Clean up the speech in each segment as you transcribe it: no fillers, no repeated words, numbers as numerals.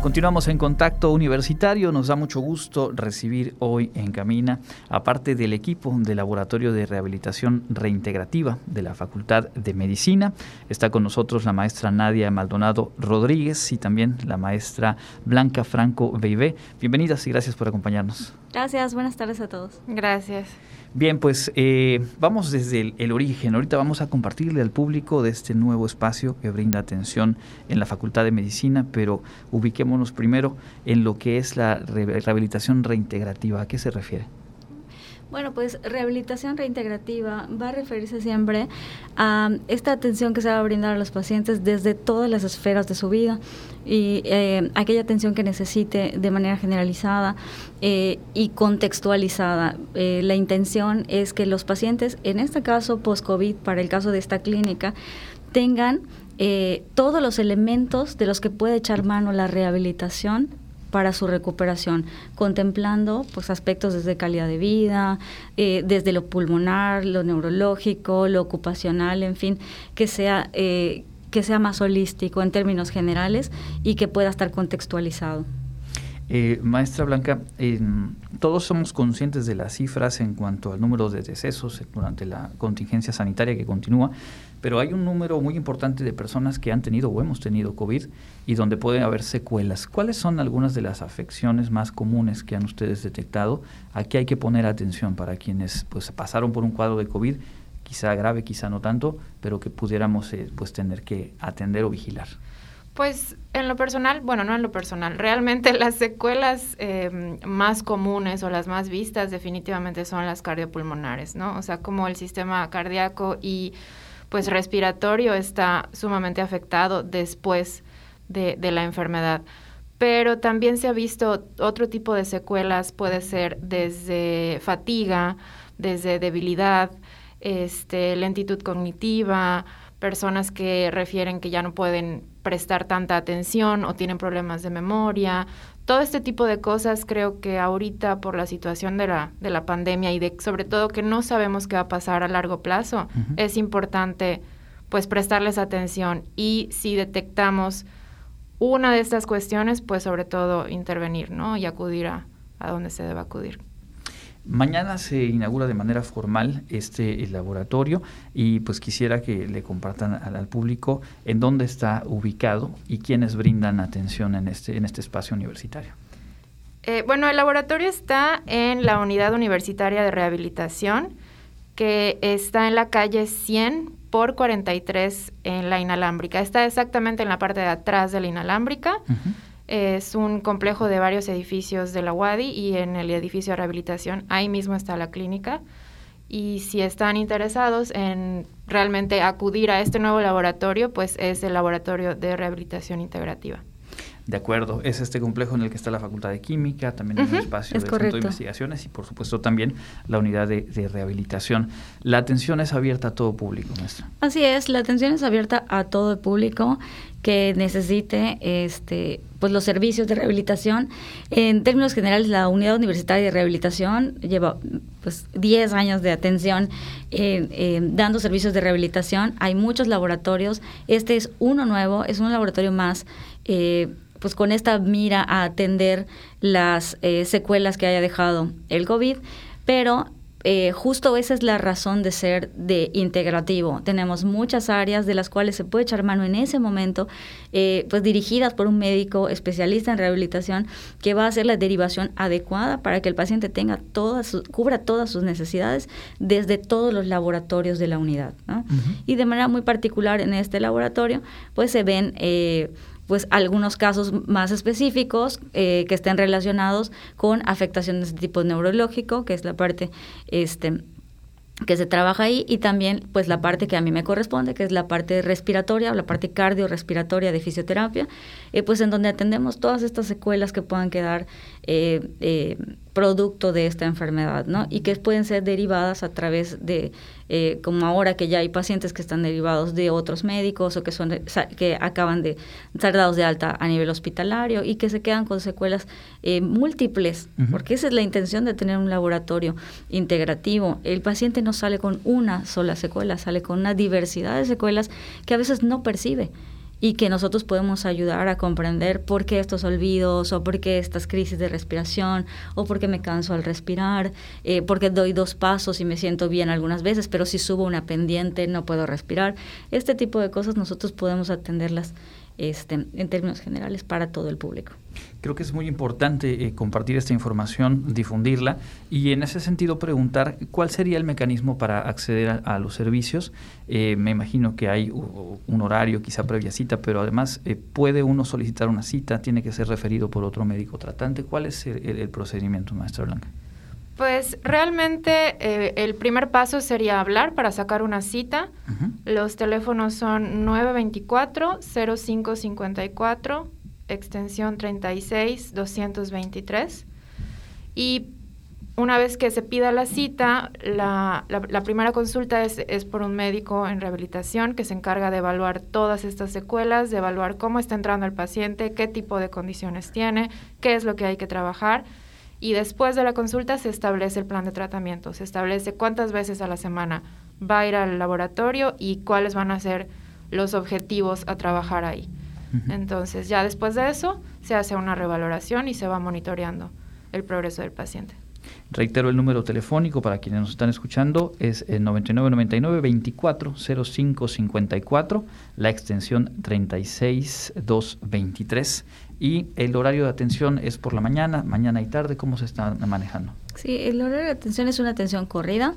Continuamos en Contacto Universitario. Nos da mucho gusto recibir hoy en cabina, aparte del equipo del Laboratorio de Rehabilitación Reintegrativa de la Facultad de Medicina, está con nosotros la maestra Nadia Maldonado Rodríguez y también la maestra Blanca Franco Beivé. Bienvenidas y gracias por acompañarnos. Gracias, buenas tardes a todos. Gracias. Bien, pues vamos desde el origen. Ahorita vamos a compartirle al público de este nuevo espacio que brinda atención en la Facultad de Medicina, pero ubiquémonos primero en lo que es la rehabilitación reintegrativa. ¿A qué se refiere? Bueno, pues rehabilitación reintegrativa va a referirse siempre a esta atención que se va a brindar a los pacientes desde todas las esferas de su vida y aquella atención que necesite de manera generalizada y contextualizada. La intención es que los pacientes, en este caso post-COVID, para el caso de esta clínica, tengan todos los elementos de los que puede echar mano la rehabilitación para su recuperación, contemplando pues aspectos desde calidad de vida, desde lo pulmonar, lo neurológico, lo ocupacional, en fin, que sea más holístico en términos generales y que pueda estar contextualizado. Maestra Blanca, todos somos conscientes de las cifras en cuanto al número de decesos durante la contingencia sanitaria que continúa, pero hay un número muy importante de personas que han tenido o hemos tenido COVID y donde pueden haber secuelas. ¿Cuáles son algunas de las afecciones más comunes que han ustedes detectado? Aquí hay que poner atención para quienes pues pasaron por un cuadro de COVID, quizá grave, quizá no tanto, pero que pudiéramos pues tener que atender o vigilar. Pues en lo personal, bueno, no en lo personal, realmente las secuelas más comunes o las más vistas definitivamente son las cardiopulmonares, ¿no? O sea, como el sistema cardíaco y pues respiratorio está sumamente afectado después de la enfermedad. Pero también se ha visto otro tipo de secuelas, puede ser desde fatiga, desde debilidad, lentitud cognitiva, personas que refieren que ya no pueden prestar tanta atención o tienen problemas de memoria. Todo este tipo de cosas creo que ahorita por la situación de la pandemia y sobre todo que no sabemos qué va a pasar a largo plazo, es importante pues prestarles atención y si detectamos una de estas cuestiones, pues sobre todo intervenir, ¿no? Y acudir a donde se debe acudir. Mañana se inaugura de manera formal el laboratorio y pues quisiera que le compartan al público en dónde está ubicado y quiénes brindan atención en este espacio universitario. Bueno, el laboratorio está en la Unidad Universitaria de Rehabilitación, que está en la calle 100 por 43 en la Inalámbrica. Está exactamente en la parte de atrás de la Inalámbrica. Uh-huh. Es un complejo de varios edificios de la UADY y en el edificio de rehabilitación ahí mismo está la clínica. Y si están interesados en realmente acudir a este nuevo laboratorio, pues es el Laboratorio de Rehabilitación Integrativa. De acuerdo, es este complejo en el que está la Facultad de Química, también es un espacio del Centro de Investigaciones y por supuesto también la unidad de rehabilitación. La atención es abierta a todo público, maestra. Así es, la atención es abierta a todo el público que necesite pues los servicios de rehabilitación. En términos generales, la Unidad Universitaria de Rehabilitación lleva pues 10 años de atención dando servicios de rehabilitación. Hay muchos laboratorios, este es uno nuevo, es un laboratorio más pues con esta mira a atender las secuelas que haya dejado el COVID, pero justo esa es la razón de ser de integrativo. Tenemos muchas áreas de las cuales se puede echar mano en ese momento, pues dirigidas por un médico especialista en rehabilitación que va a hacer la derivación adecuada para que el paciente tenga cubra todas sus necesidades desde todos los laboratorios de la unidad, ¿no? Uh-huh. Y de manera muy particular en este laboratorio, pues se ven pues algunos casos más específicos que estén relacionados con afectaciones de tipo neurológico, que es la parte que se trabaja ahí, y también pues la parte que a mí me corresponde, que es la parte respiratoria o la parte cardiorrespiratoria de fisioterapia, pues en donde atendemos todas estas secuelas que puedan quedar producto de esta enfermedad, ¿no? Y que pueden ser derivadas a través de, como ahora que ya hay pacientes que están derivados de otros médicos o que acaban de ser dados de alta a nivel hospitalario y que se quedan con secuelas múltiples, uh-huh. Porque esa es la intención de tener un laboratorio integrativo. El paciente no sale con una sola secuela, sale con una diversidad de secuelas que a veces no percibe. y que nosotros podemos ayudar a comprender por qué estos olvidos o por qué estas crisis de respiración o por qué me canso al respirar, por qué doy 2 pasos y me siento bien algunas veces, pero si subo una pendiente no puedo respirar. Este tipo de cosas nosotros podemos atenderlas en términos generales para todo el público. Creo que es muy importante compartir esta información, difundirla y en ese sentido preguntar cuál sería el mecanismo para acceder a los servicios. Me imagino que hay un horario, quizá previa cita, pero además puede uno solicitar una cita, tiene que ser referido por otro médico tratante. ¿Cuál es el procedimiento, maestra Blanca? Pues realmente el primer paso sería hablar para sacar una cita. Uh-huh. Los teléfonos son 924-0554, extensión 36-223. Y una vez que se pida la cita, la primera consulta es por un médico en rehabilitación que se encarga de evaluar todas estas secuelas, de evaluar cómo está entrando el paciente, qué tipo de condiciones tiene, qué es lo que hay que trabajar. Y después de la consulta se establece el plan de tratamiento, se establece cuántas veces a la semana va a ir al laboratorio y cuáles van a ser los objetivos a trabajar ahí. Uh-huh. Entonces, ya después de eso, se hace una revaloración y se va monitoreando el progreso del paciente. Reitero el número telefónico para quienes nos están escuchando, es el 9999-240554, la extensión 36223. Y el horario de atención es por la mañana y tarde. ¿Cómo se está manejando? Sí, el horario de atención es una atención corrida.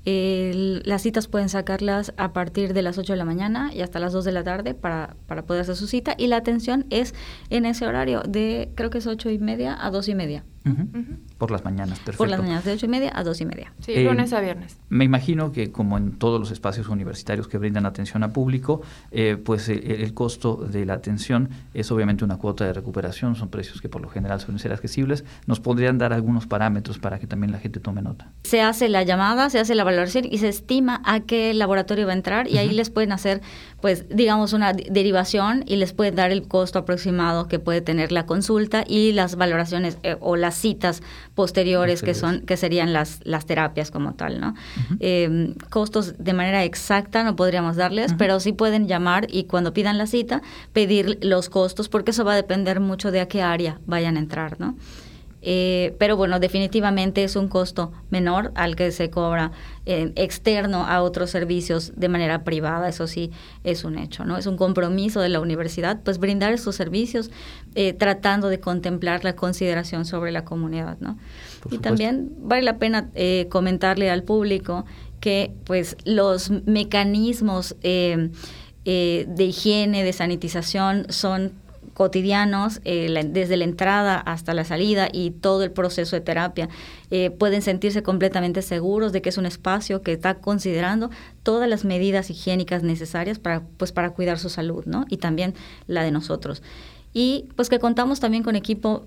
Las citas pueden sacarlas a partir de las 8 de la mañana y hasta las 2 de la tarde para poder hacer su cita. Y la atención es en ese horario de, creo que es 8:30 a 2:30. Uh-huh. Uh-huh. Por las mañanas, perfecto. Por las mañanas, de 8:30 a 2:30. Sí, lunes a viernes. Me imagino que como en todos los espacios universitarios que brindan atención a público, pues el costo de la atención es obviamente una cuota de recuperación, son precios que por lo general suelen ser accesibles. ¿Nos podrían dar algunos parámetros para que también la gente tome nota? Se hace la llamada, se hace la valoración y se estima a qué laboratorio va a entrar y ahí les pueden hacer, pues digamos, una derivación y les pueden dar el costo aproximado que puede tener la consulta y las valoraciones o las citas posteriores que serían las terapias como tal, ¿no? Uh-huh. Costos de manera exacta no podríamos darles, uh-huh, pero sí pueden llamar y cuando pidan la cita pedir los costos porque eso va a depender mucho de a qué área vayan a entrar, ¿no? Pero bueno, definitivamente es un costo menor al que se cobra externo a otros servicios de manera privada, eso sí es un hecho, ¿no? Es un compromiso de la universidad, pues brindar estos servicios tratando de contemplar la consideración sobre la comunidad, ¿no? Y también vale la pena comentarle al público que pues los mecanismos de higiene, de sanitización son cotidianos, desde la entrada hasta la salida y todo el proceso de terapia. Pueden sentirse completamente seguros de que es un espacio que está considerando todas las medidas higiénicas necesarias para cuidar su salud, ¿no? Y también la de nosotros. Y pues que contamos también con equipo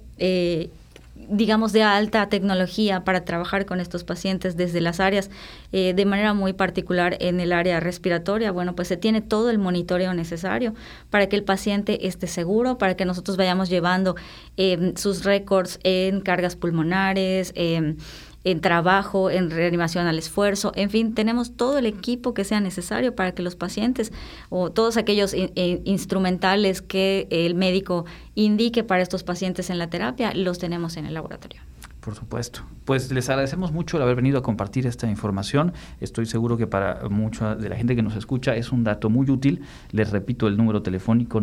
digamos, de alta tecnología para trabajar con estos pacientes desde las áreas, de manera muy particular en el área respiratoria. Bueno, pues se tiene todo el monitoreo necesario para que el paciente esté seguro, para que nosotros vayamos llevando sus récords en cargas pulmonares, en trabajo, en reanimación al esfuerzo, en fin, tenemos todo el equipo que sea necesario para que los pacientes o todos aquellos instrumentales que el médico indique para estos pacientes en la terapia, los tenemos en el laboratorio. Por supuesto. Pues les agradecemos mucho el haber venido a compartir esta información. Estoy seguro que para mucha de la gente que nos escucha es un dato muy útil. Les repito el número telefónico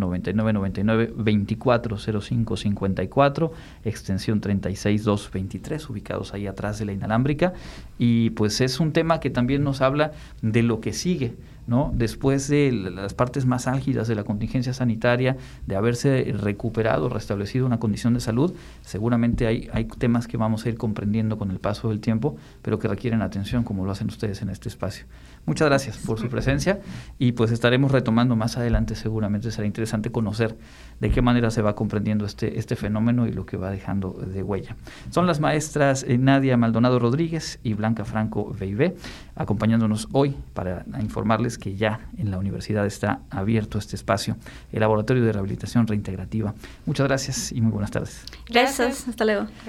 9999-240554, extensión 36223, ubicados ahí atrás de la inalámbrica. Y pues es un tema que también nos habla de lo que sigue, ¿no? Después de las partes más álgidas de la contingencia sanitaria, de haberse recuperado, restablecido una condición de salud, seguramente hay temas que vamos a ir comprendiendo con el paso del tiempo, pero que requieren atención, como lo hacen ustedes en este espacio. Muchas gracias por su presencia y pues estaremos retomando más adelante. Seguramente será interesante conocer de qué manera se va comprendiendo este fenómeno y lo que va dejando de huella. Son las maestras Nadia Maldonado Rodríguez y Blanca Franco Beibe, acompañándonos hoy para informarles que ya en la universidad está abierto este espacio, el Laboratorio de Rehabilitación Reintegrativa. Muchas gracias y muy buenas tardes. Gracias, hasta luego.